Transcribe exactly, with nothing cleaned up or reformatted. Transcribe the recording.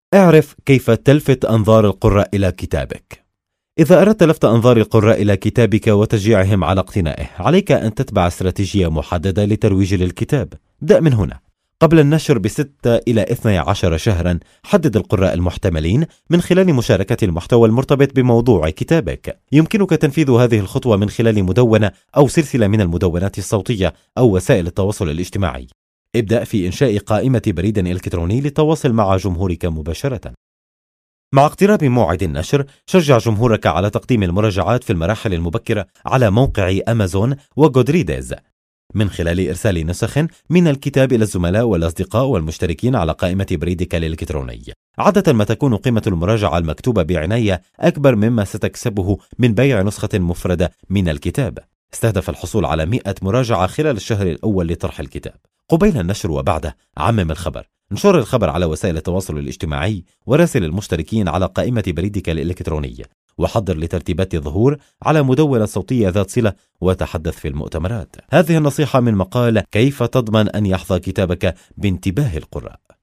اعرف كيف تلفت أنظار القراء إلى كتابك. إذا أردت لفت أنظار القراء إلى كتابك وتشجيعهم على اقتنائه، عليك أن تتبع استراتيجية محددة لترويج للكتاب. ابدأ من هنا. قبل النشر بستة إلى اثني عشر شهرا، حدد القراء المحتملين من خلال مشاركة المحتوى المرتبط بموضوع كتابك. يمكنك تنفيذ هذه الخطوة من خلال مدونة أو سلسلة من المدونات الصوتية أو وسائل التواصل الاجتماعي. ابدأ في إنشاء قائمة بريد إلكتروني للتواصل مع جمهورك مباشرة. مع اقتراب موعد النشر، شجع جمهورك على تقديم المراجعات في المراحل المبكرة على موقع أمازون وجودريدز من خلال إرسال نسخ من الكتاب إلى الزملاء والأصدقاء والمشتركين على قائمة بريدك الإلكتروني. عادة ما تكون قيمة المراجعة المكتوبة بعناية أكبر مما ستكسبه من بيع نسخة مفردة من الكتاب. استهدف الحصول على مئة مراجعة خلال الشهر الأول لطرح الكتاب. قبيل النشر وبعده، عمم الخبر. انشر الخبر على وسائل التواصل الاجتماعي وراسل المشتركين على قائمة بريدك الإلكتروني، وحضر لترتيبات الظهور على مدونة صوتية ذات صلة، وتحدث في المؤتمرات. هذه النصيحة من مقال كيف تضمن أن يحظى كتابك بانتباه القراء.